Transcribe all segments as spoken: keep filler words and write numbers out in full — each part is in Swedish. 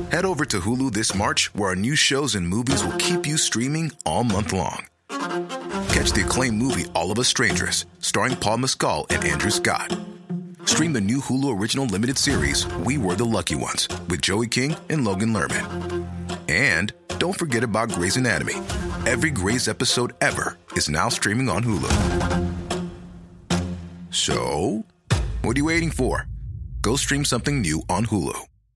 Head over to Hulu this March, where our new shows and movies will keep you streaming all month long. Catch the acclaimed movie All of Us Strangers, starring Paul Mescal and Andrew Scott. Stream the new Hulu original limited series We Were the Lucky Ones with Joey King and Logan Lerman. And don't forget about Grey's Anatomy. Every Grey's episode ever is now streaming on Hulu. So, what are you waiting for? Go stream something new on Hulu.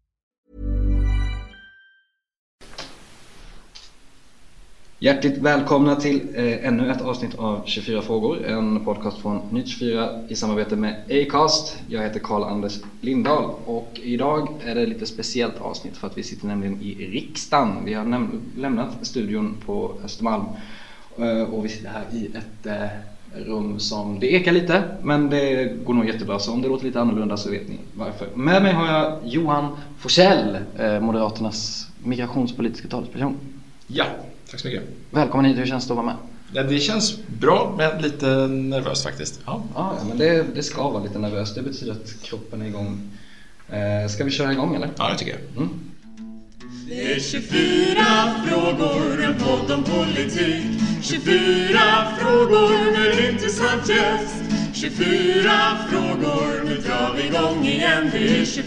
Hjärtligt välkomna till eh, ännu ett avsnitt av tjugofyra frågor, en podcast från Nytt tjugofyra i samarbete med Acast. Jag heter Karl-Anders Lindahl och idag är det lite speciellt avsnitt för att vi sitter nämligen i riksdagen. Vi har näm- lämnat studion på Östermalm eh, och vi sitter här i ett eh, rum som det ekar lite, men det går nog jättebra, så om det låter lite annorlunda så vet ni varför. Med mig har jag Johan Forsell, eh, Moderaternas migrationspolitiska talesperson. Ja, tack så mycket. Välkommen hit, hur känns det att vara med? Ja, det känns bra, men lite nervös faktiskt. Ja, ja men det, det ska vara lite nervöst, det betyder att kroppen är igång. Eh, ska vi köra igång eller? Ja, det tycker jag. Mm. Det är tjugofyra frågor, en podd om politik. tjugofyra frågor med en intressant gäst. tjugofyra frågor, nu drar vi igång igen. Det är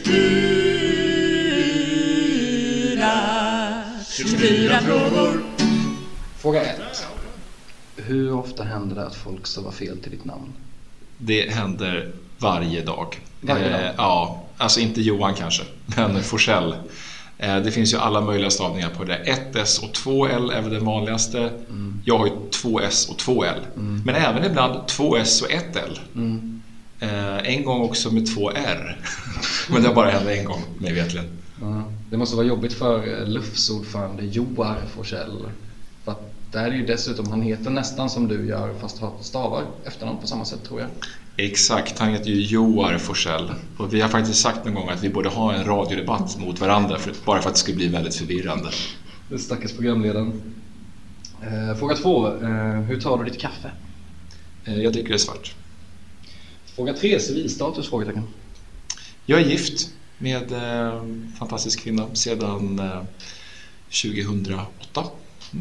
tjugofyra, tjugofyra frågor. Fråga ett. Hur ofta händer det att folk stavar fel till ditt namn? Det händer varje dag. Varje dag? Eh, ja, alltså inte Johan kanske, men Forsell. Eh, det finns ju alla möjliga stavningar på det. ett S och två L är väl det vanligaste. Mm. Jag har ju två S och två L. Mm. Men även ibland två S och ett L. Mm. Eh, en gång också med två R. Men det har bara hänt en gång, mig vetligen. Mm. Det måste vara jobbigt för L U F:s ordförande Joar Forsell. För att det här är ju dessutom, han heter nästan som du gör fast har stavar efter honom på samma sätt, tror jag. Exakt, han heter ju Joar Forsell. Och vi har faktiskt sagt någon gång att vi borde ha en radiodebatt mot varandra för, bara för att det skulle bli väldigt förvirrande. Det stackars programledaren. eh, Fråga två, eh, hur tar du ditt kaffe? Eh, jag dricker det svart. Fråga tre, civilstatus, frågetecken. Jag är gift med en eh, fantastisk kvinna sedan eh, tjugohundraåtta. Mm.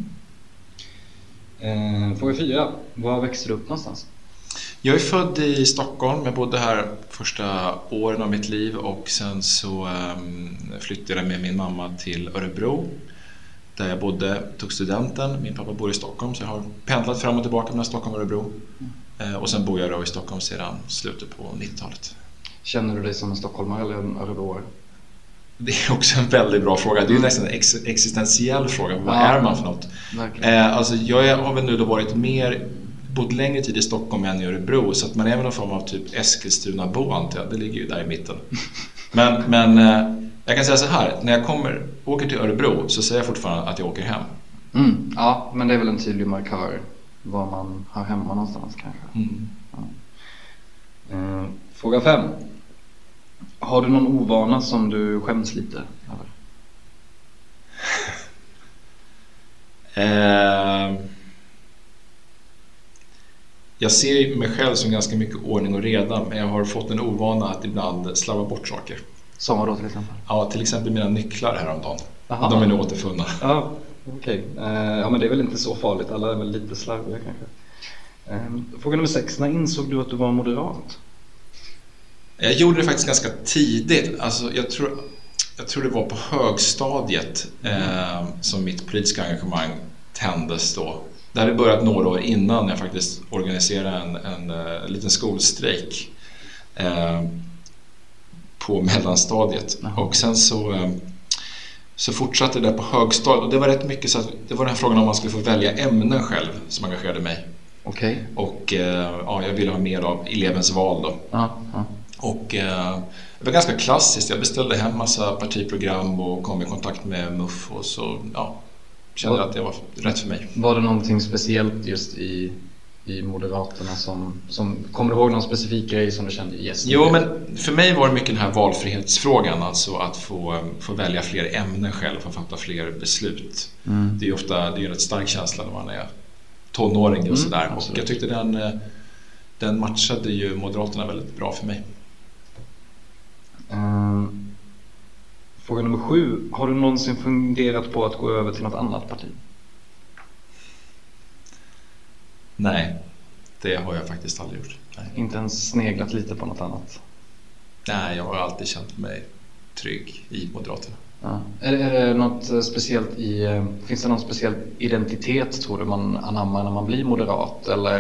Eh, fråga fyra, var växte du upp någonstans? Jag är född i Stockholm. Jag bodde här första åren av mitt liv och sen så um, flyttade jag med min mamma till Örebro där jag bodde, tog studenten. Min pappa bor i Stockholm så jag har pendlat fram och tillbaka mellan Stockholm och Örebro. Mm. Uh, och sen bor jag då i Stockholm sedan slutet på nittiotalet. Känner du dig som en stockholmare eller en örebroare? Det är också en väldigt bra fråga. Det är ju nästan en ex- existentiell fråga. Vad ja, är man för något? Eh, alltså jag har väl nu då varit mer, bott längre tid i Stockholm än i Örebro. Så att man är väl någon form av typ Eskilstuna-bo, antar jag. Det ligger ju där i mitten. Men, men eh, jag kan säga så här. När jag kommer, åker till Örebro så säger jag fortfarande att jag åker hem. Mm, ja, men det är väl en tydlig markör var man har hemma någonstans kanske. Mm. Ja. Eh, fråga fem. Har du någon ovana som du skäms lite över? eh, jag ser mig själv som ganska mycket ordning och reda, men jag har fått en ovana att ibland slarva bort saker. Som vad då till exempel? Ja, till exempel mina nycklar häromdagen. Aha. De är nu återfunna. Ja, okej. Okay. Eh, ja, men det är väl inte så farligt. Alla är väl lite slarviga kanske. Eh, fråga nummer sex. När insåg du att du var moderat? Jag gjorde det faktiskt ganska tidigt. Alltså, jag, tror, jag tror det var på högstadiet eh, som mitt politiska engagemang tändes då. Det hade börjat några år innan jag faktiskt organiserade en, en, en, en liten skolstrejk eh, på mellanstadiet. Mm. Och sen så, eh, så fortsatte det på högstadiet. Och det var rätt mycket så att det var den här frågan om man skulle få välja ämnen själv som engagerade mig. Okej. Okay. Och eh, ja, jag ville ha mer av elevens val då. Ja, ja. Och eh, det var ganska klassiskt. Jag beställde hem massa partiprogram och kom i kontakt med M U F och så ja, kände jag att det var rätt för mig. Var det någonting speciellt just i, i Moderaterna som, som kommer du ihåg någon specifik grej som du kände yes? Jo, men för mig var det mycket den här valfrihetsfrågan, alltså att få, få välja fler ämnen själv och fatta fler beslut. Mm. Det är ju ofta det är en rätt stark känsla när man är tonåring och sådär. Mm, och jag tyckte den, den matchade ju Moderaterna väldigt bra för mig. Um, Fråga nummer sju. Har du någonsin funderat på att gå över till något annat parti? Nej, det har jag faktiskt aldrig gjort. Nej. Inte ens sneglat lite på något annat? Nej, jag har alltid känt mig trygg i Moderaterna. Ja. Är, det, är det något speciellt i, finns det någon speciell identitet tror du man anammar när man blir moderat? Eller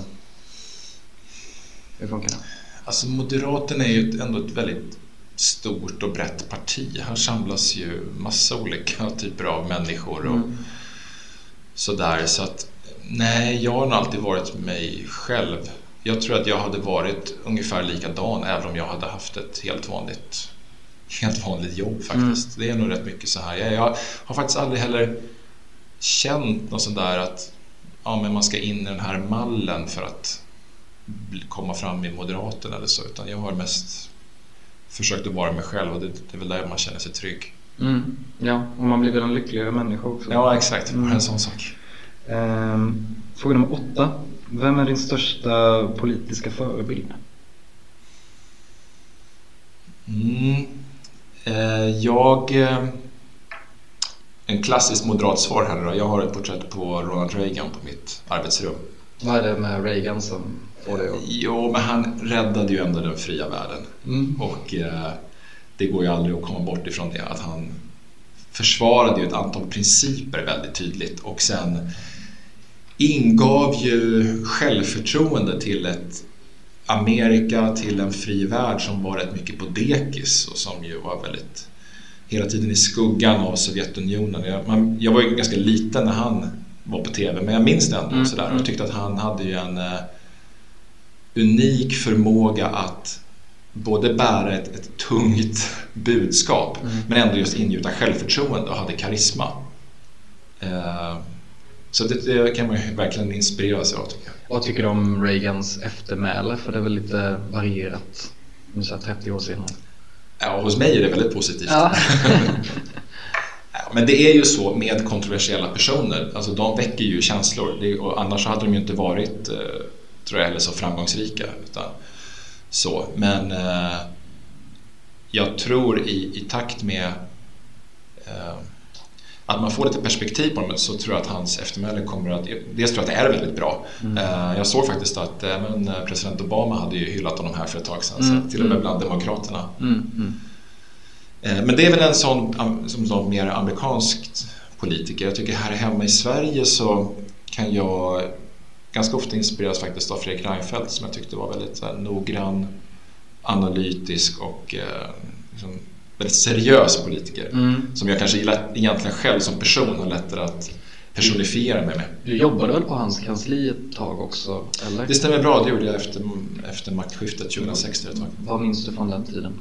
hur funkar det? Alltså Moderaterna är ju ändå ett väldigt stort och brett parti. Här samlas ju massa olika typer av människor och mm. sådär. Så att nej, jag har alltid varit mig själv. Jag tror att jag hade varit ungefär likadan även om jag hade haft ett helt vanligt helt vanligt jobb faktiskt. Mm. Det är nog rätt mycket så här. Jag, jag har faktiskt aldrig heller känt något sånt där att ja, men man ska in i den här mallen för att komma fram i Moderaterna eller så, utan jag har mest försökt att vara mig själv och det, det är väl där man känner sig trygg. Mm. Ja, och man blir väl en lyckligare människa också. Ja, exakt. Bara en sån sak. Ehm, fråga nummer åtta. Vem är din största politiska förebild? Mm. Eh, jag... Eh, en klassisk moderat svar här då. Jag har ett porträtt på Ronald Reagan på mitt arbetsrum. Vad är det med Reagan som får det? Jo, men han räddade ju ändå den fria världen. Mm. Och eh, det går ju aldrig att komma bort ifrån det. Att han försvarade ju ett antal principer väldigt tydligt. Och sen ingav ju självförtroende till ett Amerika, till en fri värld som var rätt mycket på dekis. Och som ju var väldigt hela tiden i skuggan av Sovjetunionen. Jag, man, jag var ju ganska liten när han var på tv, men jag minns det ändå mm. sådär. Och tyckte att han hade ju en uh, unik förmåga att både bära ett, ett tungt budskap mm. men ändå just ingjuta självförtroende och hade karisma. Uh, så det, det kan man ju verkligen inspirera sig av, tycker jag. Vad tycker du om Reagans eftermäle? För det är väl lite varierat nu så trettio år senare. Ja, hos mig är det väldigt positivt. Ja. Men det är ju så med kontroversiella personer. Alltså de väcker ju känslor. Det, och annars hade de ju inte varit, eh, tror jag, heller så framgångsrika. Utan så. Men eh, jag tror i, i takt med eh, att man får lite perspektiv på dem, så tror jag att hans eftermäle kommer att... Dels tror jag att det är väldigt bra. Mm. Eh, jag såg faktiskt att eh, men president Obama hade ju hyllat honom här för ett tag sedan. Mm. Så till och med bland demokraterna. Mm. Mm. Men det är väl en sån som sån mer amerikansk politiker. Jag tycker här hemma i Sverige så kan jag ganska ofta inspireras faktiskt av Fredrik Reinfeldt, som jag tyckte var väldigt så här, noggrann, analytisk och eh, liksom, väldigt seriös politiker. Mm. Som jag kanske egentligen själv som person har lättare att personifiera mig med. Du jobbade väl på hans kansli ett tag också, eller? Det stämmer bra, det gjorde jag efter, efter maktskiftet tjugohundrasex. Mm. Vad minns du från den tiden?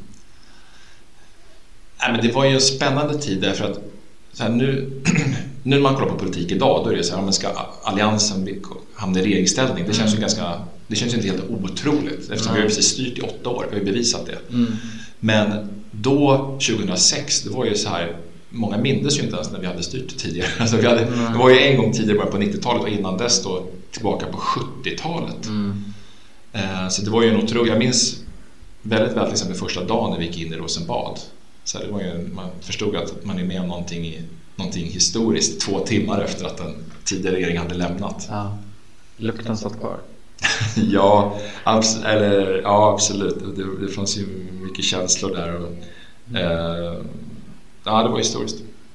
Nej, men det var ju en spännande tid därför att så här, nu, nu när man kollar på politik idag, då är det så här, men ska alliansen hamna i regeringsställning? Det känns ju ganska, det känns ju inte helt otroligt eftersom mm. vi har precis styrt i åtta år, vi har ju bevisat det. Mm. Men då, tjugohundrasex, det var ju så här, många minns ju inte ens när vi hade styrt tidigare. Alltså vi hade, mm. Det var ju en gång tidigare bara på nittiotalet och innan dess då tillbaka på sjuttiotalet. Mm. Eh, så det var ju en otrolig, jag minns väldigt väl liksom den första dagen när vi gick in i Rosenbad. Så det var ju, man förstod att man är med om någonting, i, någonting historiskt två timmar efter att den tidigare regeringen hade lämnat. Ja. Lukten satt kvar. ja, abs- eller, ja, absolut. Det, det fanns ju mycket känslor där. Och, eh, ja, det var historiskt.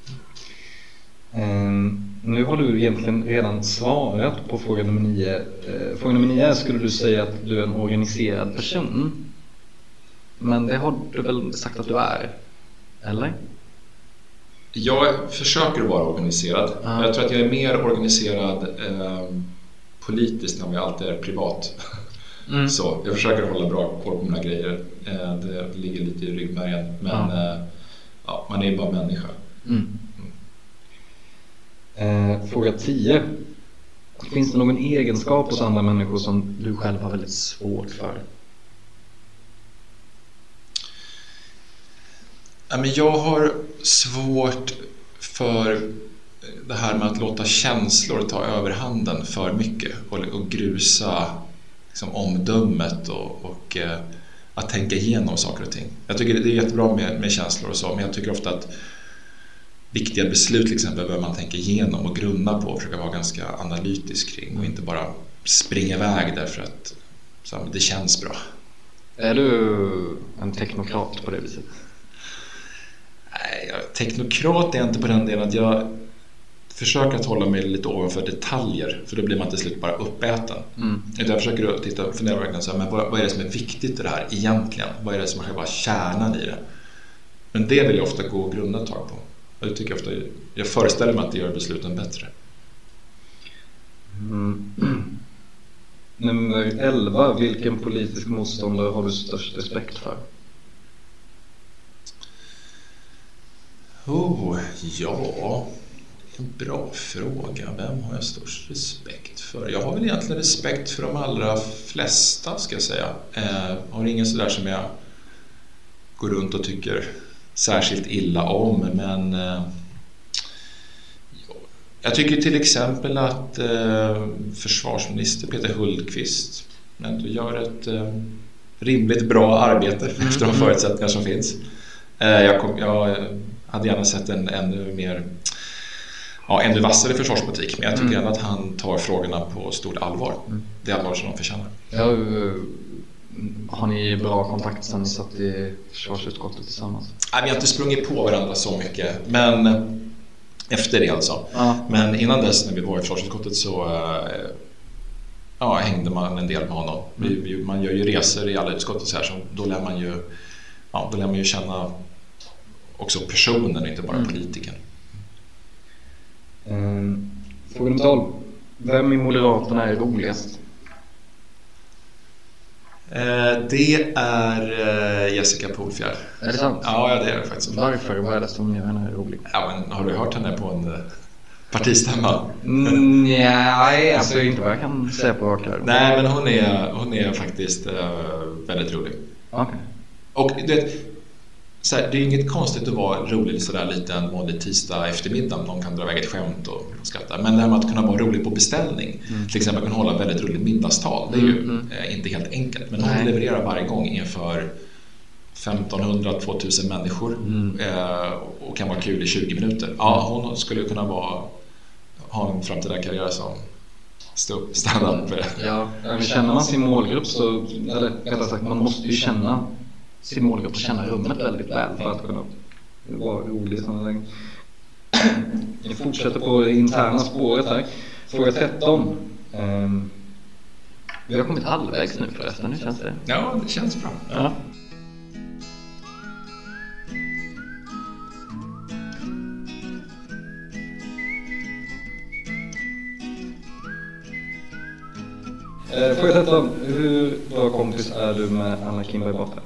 Um, nu har du egentligen redan svarat på fråga nummer nio. Uh, fråga nummer nio är, skulle du säga att du är en organiserad person? Men det har du väl sagt att du är? Eller? Jag försöker vara organiserad. Ah. Jag tror att jag är mer organiserad eh, politiskt än vad jag alltid är privat. Mm. Så jag försöker hålla bra koll på mina grejer. Eh, det ligger lite i ryggmärgen. Men ah. eh, ja, man är ju bara människa. Mm. Mm. Eh, fråga tio. Finns det någon egenskap hos andra människor som du själv har väldigt svårt för? Jag har svårt för det här med att låta känslor ta överhanden för mycket och, och grusa liksom, omdömet och, och att tänka igenom saker och ting. Jag tycker det är jättebra med, med känslor och så, men jag tycker ofta att viktiga beslut till exempel behöver man tänka igenom och grunna på och försöka vara ganska analytisk kring och inte bara springa iväg därför att så, det känns bra. Är du en teknokrat på det viset? Nej, jag, teknokrat är jag inte på den delen att jag försöker att hålla mig lite ovanför detaljer, för då blir man till slut bara uppäten. Mm. Jag försöker titta och fundera verkligen så här, men vad, vad är det som är viktigt i det här egentligen? Vad är det som är själva kärnan i det? Men det vill jag ofta gå och grunna ett tag på. Och det tycker jag ofta, jag föreställer mig att det gör besluten bättre. Mm. Nummer elva, vilken politisk motståndare har du störst respekt för? Oh, ja, en bra fråga. Vem har jag störst respekt för? Jag har väl egentligen respekt för de allra flesta, ska jag säga. Eh, har ingen sådär som jag går runt och tycker särskilt illa om, men eh, jag tycker till exempel att eh, försvarsminister Peter Hultqvist ändå gör ett eh, rimligt bra arbete efter de förutsättningar som finns. Eh, jag, kom, jag hade gärna sett en ännu mer ja, ännu vassare försvarspolitik, men jag tycker mm. att han tar frågorna på stort allvar. Mm. Det är allvar som de förtjänar. Ja, har ni bra kontakt sen ni satt i försvarsutskottet tillsammans? Nej, vi har inte sprungit på varandra så mycket, men efter det alltså. Ja. Men innan dess när vi var i försvarsutskottet så ja, hängde man en del med honom. Mm. Vi, man gör ju resor i alla utskott och så här, så då lär man ju, ja, då lär man ju känna också personen, inte bara mm. politiken. Mm. Fråga nummer tolv. Vem i Moderaterna är roligast? Det är Jessica Polfjärd. Är det sant? Ja, det är det faktiskt. Varför? Vad är det som gör henne rolig? Ja, men har du hört henne på en partistämma? Mm, nej, alltså inte vad jag kan säga på vakar. Nej, men hon är, hon är faktiskt uh, väldigt rolig. Okej. Okay. Och du vet, så här, det är inget konstigt att vara rolig sådär liten måndag tisdag eftermiddag. Någon kan dra iväg ett skämt och skratta. Men det här med att kunna vara rolig på beställning, mm. till exempel kunna hålla väldigt roligt middagstal, det är ju mm. eh, inte helt enkelt. Men hon levererar varje gång inför femtonhundra till tvåtusen människor mm. eh, och kan vara kul i tjugo minuter. Ja, hon skulle kunna vara, ha en framtida karriär som stand-up. Ja, men känner man sin målgrupp så, eller rättare sagt, man måste ju känna sin målgrupp och känna rummet väldigt väl för att kunna vara rolig. Vi fortsätter på det interna spåret här. Fråga tretton. Um, vi har kommit halvvägs nu förresten, hur känns det? Ja, det känns bra. Ja. Uh, fråga tretton. Hur bra kompis är du med Anna Kinberg Batra?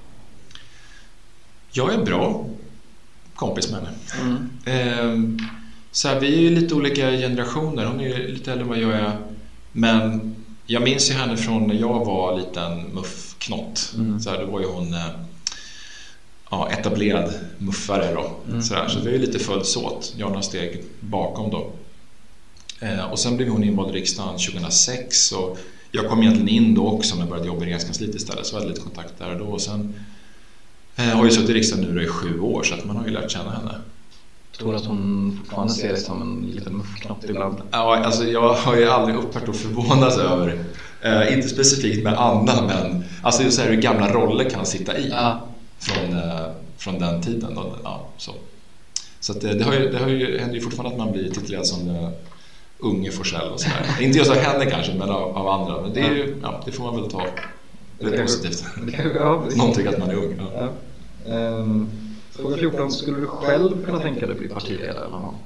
Jag är bra kompis med henne. Mm. Ehm, så här, vi är ju lite olika generationer. Hon är ju lite äldre än vad jag är. Men jag minns ju henne från när jag var liten muffknott. Mm. Så här, då var ju hon ja, etablerad muffare då. Mm. Så, här, så vi är ju lite följts åt. Jag har några steg bakom då. Ehm, och sen blev hon invald i riksdagen tjugohundrasex. Och jag kom egentligen in då också, men började jobba i regeringskansliet istället. Så jag hade lite kontakt där då. Och sen jag har ju suttit i riksdagen nu i sju år, så att man har ju lärt känna henne. Tror du att hon fortfarande ser dig som en liten muffknopp ibland? Ja, alltså jag har ju aldrig upphört att förvånas över, eh, inte specifikt med Anna, men alltså så här hur gamla roller kan sitta i ja. från, eh, från den tiden. Då, ja, så så att det, det, har ju, det har ju, händer ju fortfarande att man blir titulerad som uh, unge Forsell och sådär. Inte just av henne kanske, men av, av andra. Men det, är ju, ja, det får man väl ta. Det är positivt. Ja, någon tycker att man är ung. Ja. Ja. Um, fråga fjorton. Skulle du själv kunna tänka dig att bli partiledare någon gång?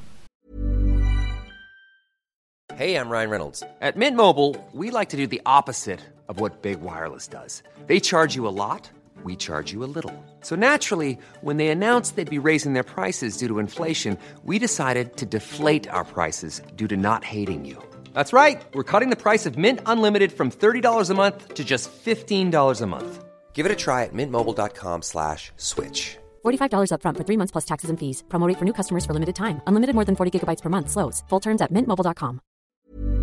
Hey, I'm Ryan Reynolds. At Mint Mobile, we like to do the opposite of what Big Wireless does. They charge you a lot, we charge you a little. So naturally, when they announced they'd be raising their prices due to inflation, we decided to deflate our prices due to not hating you. That's right. We're cutting the price of Mint Unlimited from thirty dollars a month to just fifteen dollars a month. Give it a try at mintmobile.com slash switch. forty-five dollars up front for three months plus taxes and fees. Promo rate for new customers for limited time. Unlimited more than forty gigabytes per month. Slows full terms at mint mobile dot com.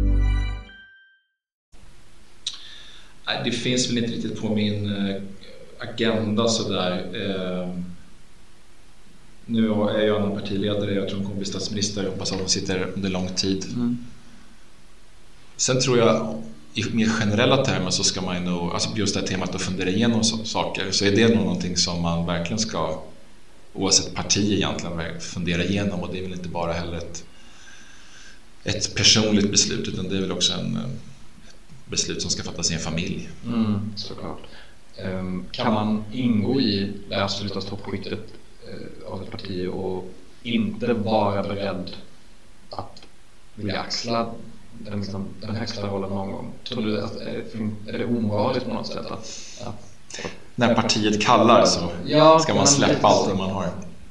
Det finns väl inte riktigt på min agenda sådär. Eh, nu är jag en partiledare, jag tror hon kommer bli statsminister, jag hoppas att hon sitter under lång tid. Mm. Sen tror jag i mer generella termer så ska man nog, alltså just det här temat att fundera igenom saker, så är det nog någonting som man verkligen ska, oavsett parti egentligen, fundera igenom, och det är väl inte bara heller ett, ett personligt beslut, utan det är väl också en, ett beslut som ska fattas i en familj. Mm, såklart. Um, kan man ingå i det absoluta toppskiktet uh, av ett parti och inte vara beredd att vilja axla den, liksom, den högsta rollen någon gång? Tror du att är det omoraliskt på något sätt att, att, att när partiet kallar så ja, ska man släppa allt det man har?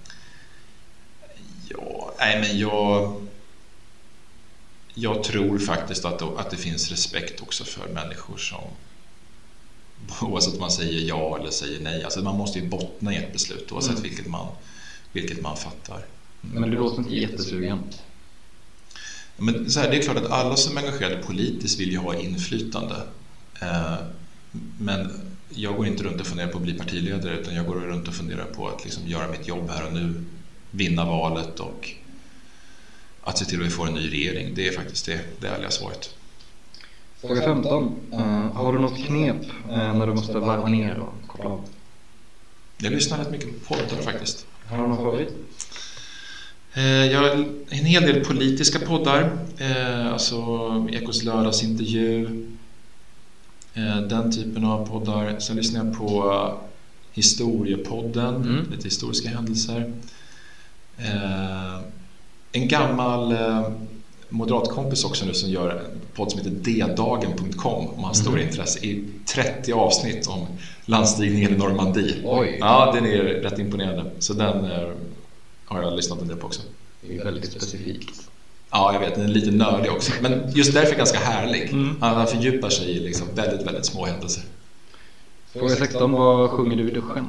Ja, nej men jag jag tror faktiskt att, att det finns respekt också för människor som, oavsett om man säger ja eller säger nej, alltså man måste ju bottna i ett beslut oavsett mm. vilket man vilket man fattar. Mm. Men du låter inte jättesugen. Men så här, det är klart att alla som är engagerade politiskt vill ju ha inflytande. Eh, men jag går inte runt och funderar på att bli partiledare, utan jag går runt och funderar på att liksom göra mitt jobb här och nu, vinna valet och att se till att vi får en ny regering. Det är faktiskt det, det ärliga svaret. Fråga femton. Uh, har du något knep uh, när du måste varva ner och koppla av? Jag lyssnar rätt mycket på poddar faktiskt. Har du någon favorit? Uh, jag har en hel del politiska poddar. Uh, alltså Ekos lördagsintervju. Uh, den typen av poddar. Sen lyssnar jag på Historiepodden. Mm. Lite historiska händelser. Uh, en gammal... Uh, moderatkompis också nu som gör en podd som heter d dagen punkt com om hans stora intresse i trettio avsnitt om landstigningen i Normandie. Oj. Ja, den är rätt imponerande. Så den är, har jag lyssnat en del på också. Det är väldigt specifikt. Ja, jag vet, den är lite nördig också. Men just därför ganska härlig. Mm. Han fördjupar sig i liksom väldigt, väldigt små händelser. Fråga sexton, vad sjunger du i duschen?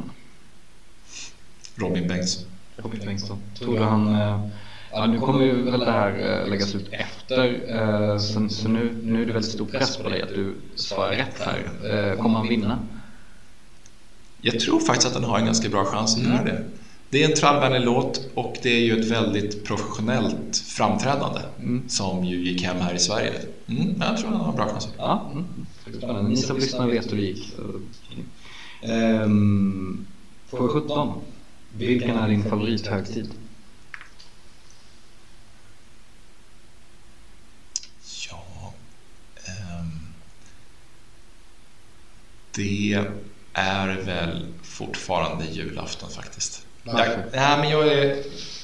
Robin Bengtsson. Robin Bengtsson. Tror du han... Ja, nu kommer ju väl det här läggas ut efter, så, så nu, nu är det väldigt stor press på dig att du svarar rätt här. Kommer han vinna? Jag tror faktiskt att han har en ganska bra chans att göra mm. det. Det är en trallvänlig låt och det är ju ett väldigt professionellt framträdande mm. som ju gick hem här i Sverige. Mm, jag tror att han har en bra chans. Ja, mm. Ni som lyssnar vet hur det gick. Um, Fråga sjutton. Vilken är din favorithögtid? Det är väl fortfarande julafton faktiskt. Jag, nej, men jag är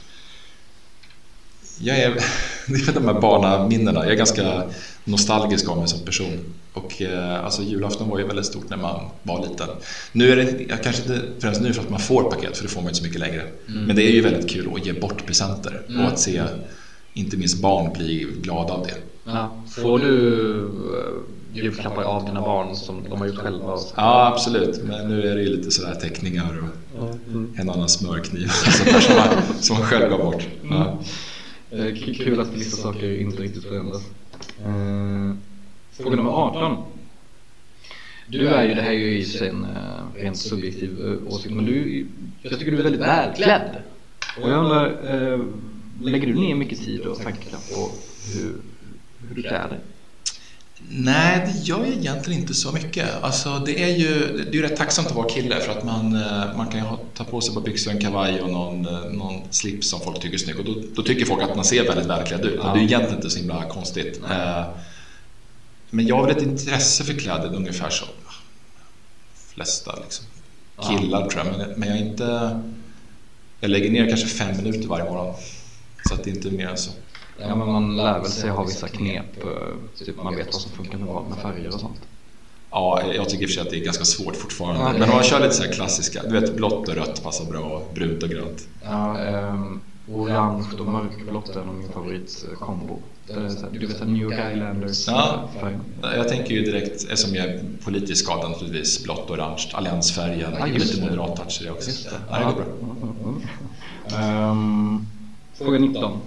jag är det är de här barnaminnena. Jag är ganska nostalgisk av mig som person. Och eh, alltså julafton var ju väldigt stort när man var liten. Nu är det jag kanske inte främst nu för att man får paket, för det får man inte så mycket längre. Mm. Men det är ju väldigt kul att ge bort presenter mm. och att se inte minst barn bli glada av det. Ja. Får du julklappar av dina barn som de har gjort själva? Ja, absolut. Men nu är det ju lite sådär teckningar och mm. en annan smörkniv som man, som man själv går bort. Ja. Mm. Kul att vissa saker inte riktigt förändras. Mm. Fråga nummer arton. Du är ju, det här är ju i sig en uh, rent subjektiv uh, åsikt, men du, jag tycker du är väldigt välklädd. Och jag undrar, uh, lägger du ner mycket tid och tankar på hur, hur du klär dig? Nej, det gör jag egentligen inte så mycket. Alltså, det är ju det är ju rätt tacksamt att vara kille, för att man, man kan ha, ta på sig på byxor, en kavaj och någon, någon slips som folk tycker är snygg. Och då, då tycker folk att man ser väldigt välklädd ut. Men det är egentligen inte så himla konstigt. Mm. Men jag har väl ett intresse för kläder ungefär som flesta liksom, killar, tror jag. Men, men jag är inte... Jag lägger ner kanske fem minuter varje morgon. Så att det inte är mer än så. Ja, men man lär väl sig ha vissa knep, typ man vet vad som funkar med vad med färger och sånt. Ja, jag tycker i och för sig att det är ganska svårt fortfarande. Ja, men man kör lite så här klassiska, du vet, blått och rött passar bra, och brunt och grönt. Ja, um, orange och mörkblått är nog min favoritkombo. Du vet, New York Islanders. Ja, jag tänker ju direkt, eftersom jag är politiskt skadad naturligtvis, blått och orange, alliansfärgen, ja, lite moderat touch det också. Just det. Ja, det går bra. Um, fråga nitton.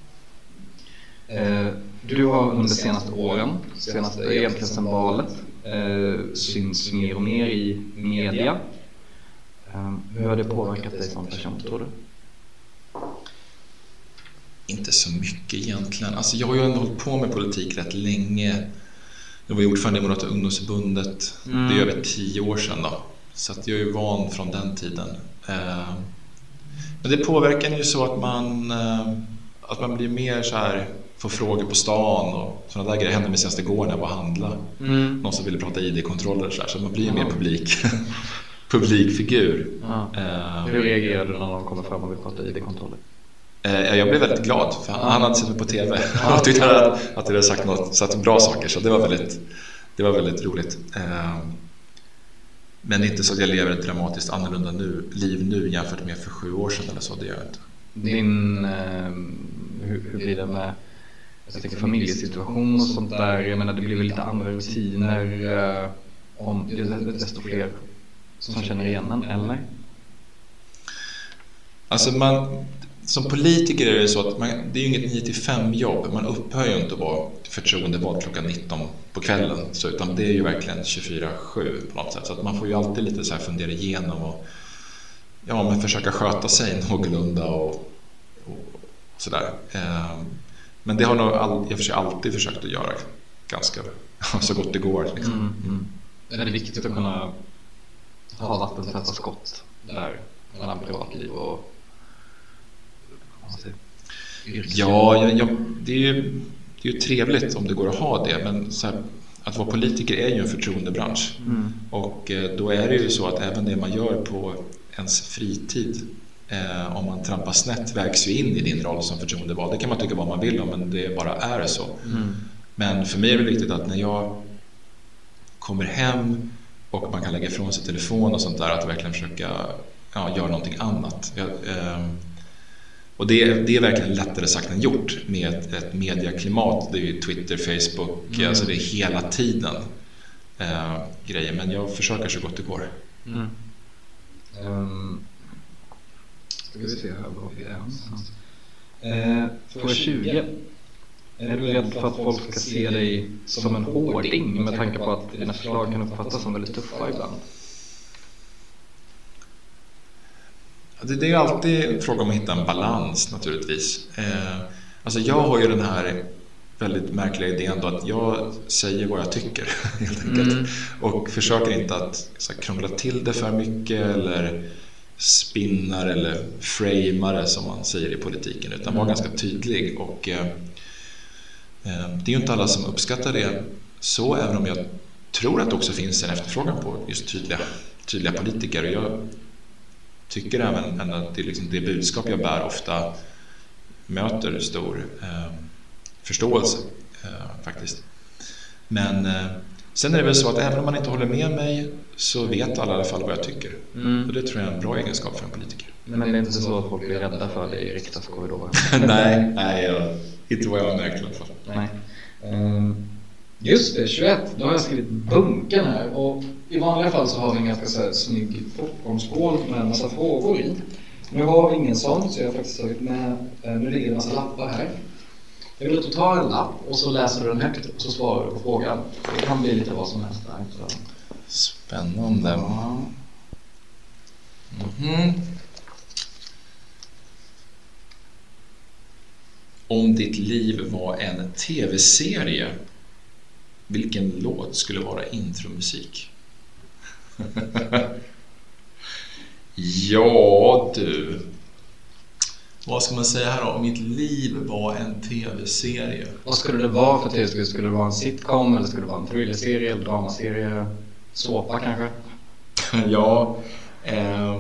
Eh, du har under de senaste åren, senaste, egentligen sedan valet, eh, syns mer och mer i media. Um, hur har det påverkat dig som person, tror du? Inte så mycket egentligen. Alltså jag har ju ändå hållit på med politik rätt länge. Jag var ordförande i Moderata ungdomsförbundet. Mm. Det är över tio år sedan då. Så att jag är ju van från den tiden. Uh, men det påverkar ju så att man, uh, att man blir mer så här, får frågor på stan och sådana där grejer. Hände mig senast igår när jag var och handla. Mm. Någon som ville prata I D-kontroller och så här, så man blir ju mer publik. publikfigur. Ja. Uh, Hur reagerar du när någon kommer fram och vill prata I D-kontroller? Uh, jag blev väldigt glad för han, han hade sett mig på tv och tyckte att, att det hade sagt något, sagt bra saker, så det var väldigt, det var väldigt roligt. Uh, men inte så att jag lever ett dramatiskt annorlunda nu, liv nu jämfört med för sju år sedan eller så, det gör jag inte. Din, uh, hur, hur blir det med, jag tänker, familjesituation och sånt där? Jag menar, det blir väl lite andra rutiner uh, om det är desto fler som känner igen en, eller? Alltså man, som politiker är det så att man, det är ju inget nio till fem jobb. Man upphör ju inte att vara förtroendevald klockan nitton på kvällen, så, utan det är ju verkligen tjugofyra sju på något sätt. Så att man får ju alltid lite så här fundera igenom och ja, men försöka sköta sig någorlunda och, och sådär. Men det har nog all, jag för sig alltid försökt att göra ganska så gott det går. Liksom. Mm, mm. Det är viktigt att kunna ha vattentäta skott där mellan privatliv och ja, ja, ja, det är ju, det är ju trevligt om det går att ha det, men så här, att vara politiker är ju en förtroendebransch. Mm. Och eh, då är det ju så att även det man gör på ens fritid, eh, om man trampar snett, vägs ju in i din roll som förtroendevald. Det kan man tycka vad man vill om, men det bara är så. Mm. Men för mig är det viktigt att när jag kommer hem och man kan lägga ifrån sig telefon och sånt där, att verkligen försöka ja, göra någonting annat. Jag, eh, och det, det är verkligen lättare sagt än gjort med ett, ett mediaklimat. Det är ju Twitter, Facebook, mm. alltså det är hela tiden eh, grejer. Men jag försöker så gott det går. Mm. Um, ska vi se här vad vi är någonstans. Eh, för tjugo, är du rädd för att folk ska se dig som en hårding med tanke på att dina förslag kan uppfattas som väldigt tuffa ibland? Det, det är ju alltid en fråga om att hitta en balans naturligtvis. Eh, alltså jag har ju den här väldigt märkliga idén då att jag säger vad jag tycker helt enkelt. Mm. Och försöker inte att så här, krångla till det för mycket eller spinnar eller framar som man säger i politiken, utan mm. vara ganska tydlig. Och eh, det är ju inte alla som uppskattar det så, även om jag tror att det också finns en efterfrågan på just tydliga, tydliga politiker. Och jag tycker även att det, liksom, det budskap jag bär ofta möter stor eh, förståelse eh, faktiskt. Men eh, sen är det väl så att även om man inte håller med mig så vet alla i alla fall vad jag tycker. Mm. Och det tror jag är en bra egenskap för en politiker. Men det är inte så att folk blir rädda för det i riksdagskorridoren? nej, nej jag, inte vad jag har märkt i alla fall. Nej. Um, just det, tjugoett, då har jag skrivit bunken här. Och i vanliga fall så har vi en ganska så här snygg popcornskål med en massa frågor i. Nu har vi ingen sån, så jag har faktiskt tagit med, nu ligger det en massa lappar här. Jag vill att du tar en lapp och så läser du den högt och så svarar du på frågan. Det kan bli lite vad som helst där. Så. Spännande. Ja. Mm-hmm. Om ditt liv var en tv-serie, vilken låt skulle vara intromusik? Ja du, vad ska man säga här då? Om mitt liv var en tv-serie, vad skulle det vara för tv-serie? Skulle det vara en sitcom eller skulle det vara en thrillerserie eller dramaserie? Såpa kanske? ja eh,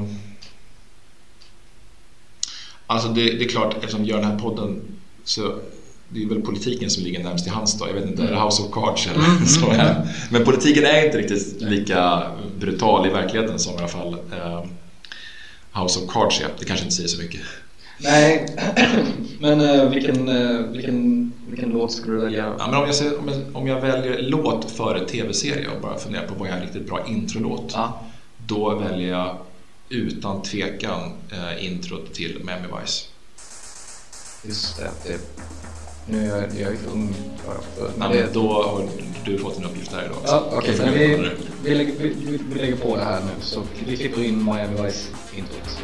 Alltså det, det är klart, eftersom jag gör den här podden så det är väl politiken som ligger närmast i hands då. Jag vet inte, är det House of Cards eller mm. så här. Men politiken är inte riktigt lika brutal i verkligheten som i alla fall eh, House of Cards är. Det kanske inte säger så mycket. Nej, men uh, vilken, uh, vilken, vilken låt skulle du välja? Ja, men om, jag ser, om, jag, om jag väljer låt före tv-serie och bara funderar på vad är en riktigt bra introlåt, ja. Då väljer jag utan tvekan uh, intro till Miami Vice. Just det, det Nu är jag, jag är lite ung. Ja, men det... Då har du fått en uppgift här idag också. Ja, okej. Okay, vi, vi, lägger, vi, vi lägger på det här nu. Så vi klipper in Miami Vice introt.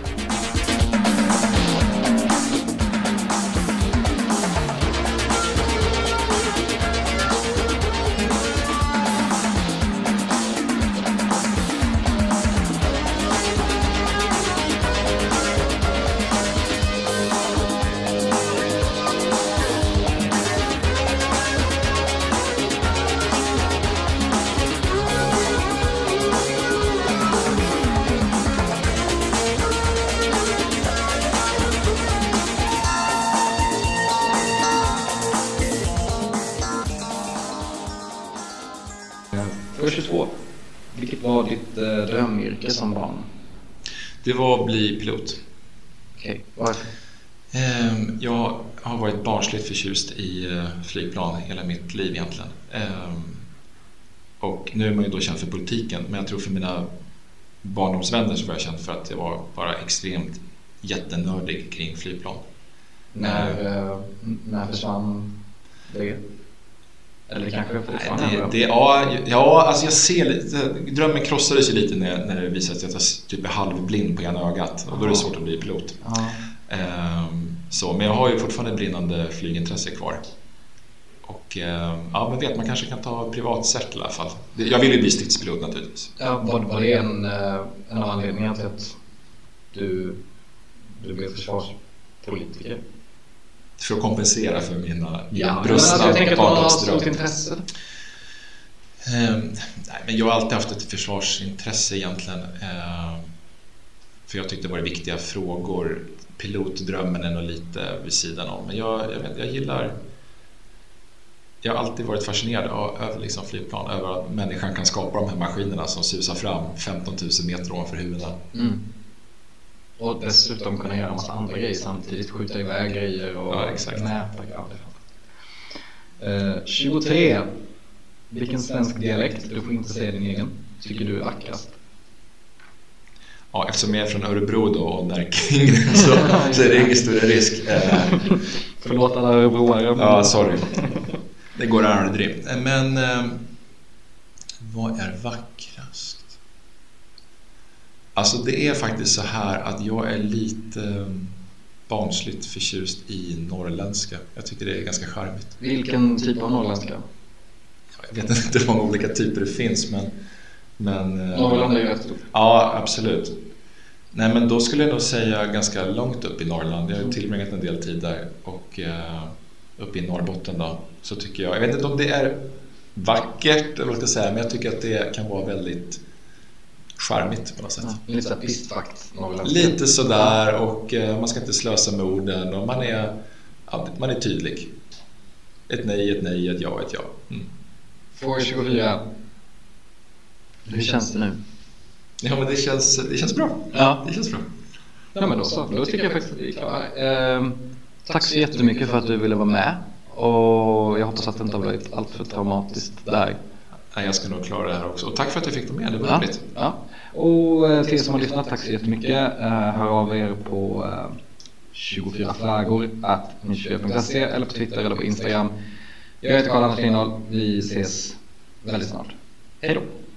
tjugotvå. Vilket var ditt eh, drömyrke som barn? Det var att bli pilot. Okej, okay. Varför? Um, jag har varit barnsligt förtjust i uh, flygplan hela mitt liv egentligen. Um, och nu är man ju då känd för politiken, men jag tror för mina barndomsvänner så var jag känd för att jag var bara extremt jättenördig kring flygplan. När, uh, när försvann det? Eller det kanske fortfarande Nej, det, det, ja, ja, alltså jag ser lite, drömmen krossades ju lite när, när det visade sig att jag typ är halvblind på ena ögat och då är det svårt att bli pilot. Ehm, så, men jag har ju fortfarande brinnande flygintresse kvar. Och ehm, ja, men vet man kanske kan ta privatcert i alla fall. Jag vill ju bli stridspilot naturligtvis. Ja, var, var det en, en av anledningarna till att du, du blev försvarspolitiker? För att kompensera för mina ja, brustna alltså, barndomsdrömmar. Stort intresse? Um, nej, men jag har alltid haft ett försvarsintresse egentligen. Um, för jag tyckte det var viktiga frågor. Pilotdrömmen är nog lite vid sidan om. Men jag, jag, vet, jag gillar... Jag har alltid varit fascinerad av, över liksom flygplan. Över att människan kan skapa de här maskinerna som susar fram femton tusen meter ovanför huvudena. Mm. Och dessutom kunna göra en massa andra grejer samtidigt. Skjuta iväg grejer och ja, exakt. Näta. Ja, uh, tjugotre. Vilken svensk dialekt, du får inte säga din egen, tycker du är vackrast? Ja, eftersom jag är från Örebro då och Närking så, så är det ingen större risk. Förlåt alla örebroare. Ja, sorry. Det går aldrig. Men eh, vad är vackrast? Alltså det är faktiskt så här att jag är lite barnsligt förtjust i norrländska. Jag tycker det är ganska charmigt. Vilken typ av norrländska? Jag vet inte hur många olika typer det finns, men... men Norrland är ju rätt stort. Ja, absolut. Nej, men då skulle jag nog säga ganska långt upp i Norrland. Jag har tillbringat en del tid där och uh, uppe i Norrbotten då. Så tycker jag, jag vet inte om det är vackert eller vad ska jag säga, men jag tycker att det kan vara väldigt charmigt på något sätt. Ja, lite sådär pistfakt. Lite sådär, och uh, man ska inte slösa med orden och man är, ja, man är tydlig. Ett nej, ett nej, ett ja, ett ja. Mm. Fråga tjugofyra. Hur känns det nu? Ja, men det känns, det känns bra. Ja, det känns bra. Ja, men då så. Då tycker jag faktiskt att vi är klara. Eh, tack så jättemycket för att du ville vara med. Och jag hoppas att det inte har blivit allt för traumatiskt där. Nej, jag ska nog klara det här också. Och tack för att du fick dem med. Det var ja, roligt. Ja. Och till er som har lyssnat, tack så jättemycket. Eh, hör av er på eh, tjugofyra frågor at nytjofyra punkt se eller på Twitter eller på Instagram. Jag heter Karl-Anders Lindahl. Vi ses väldigt snart. Hej då!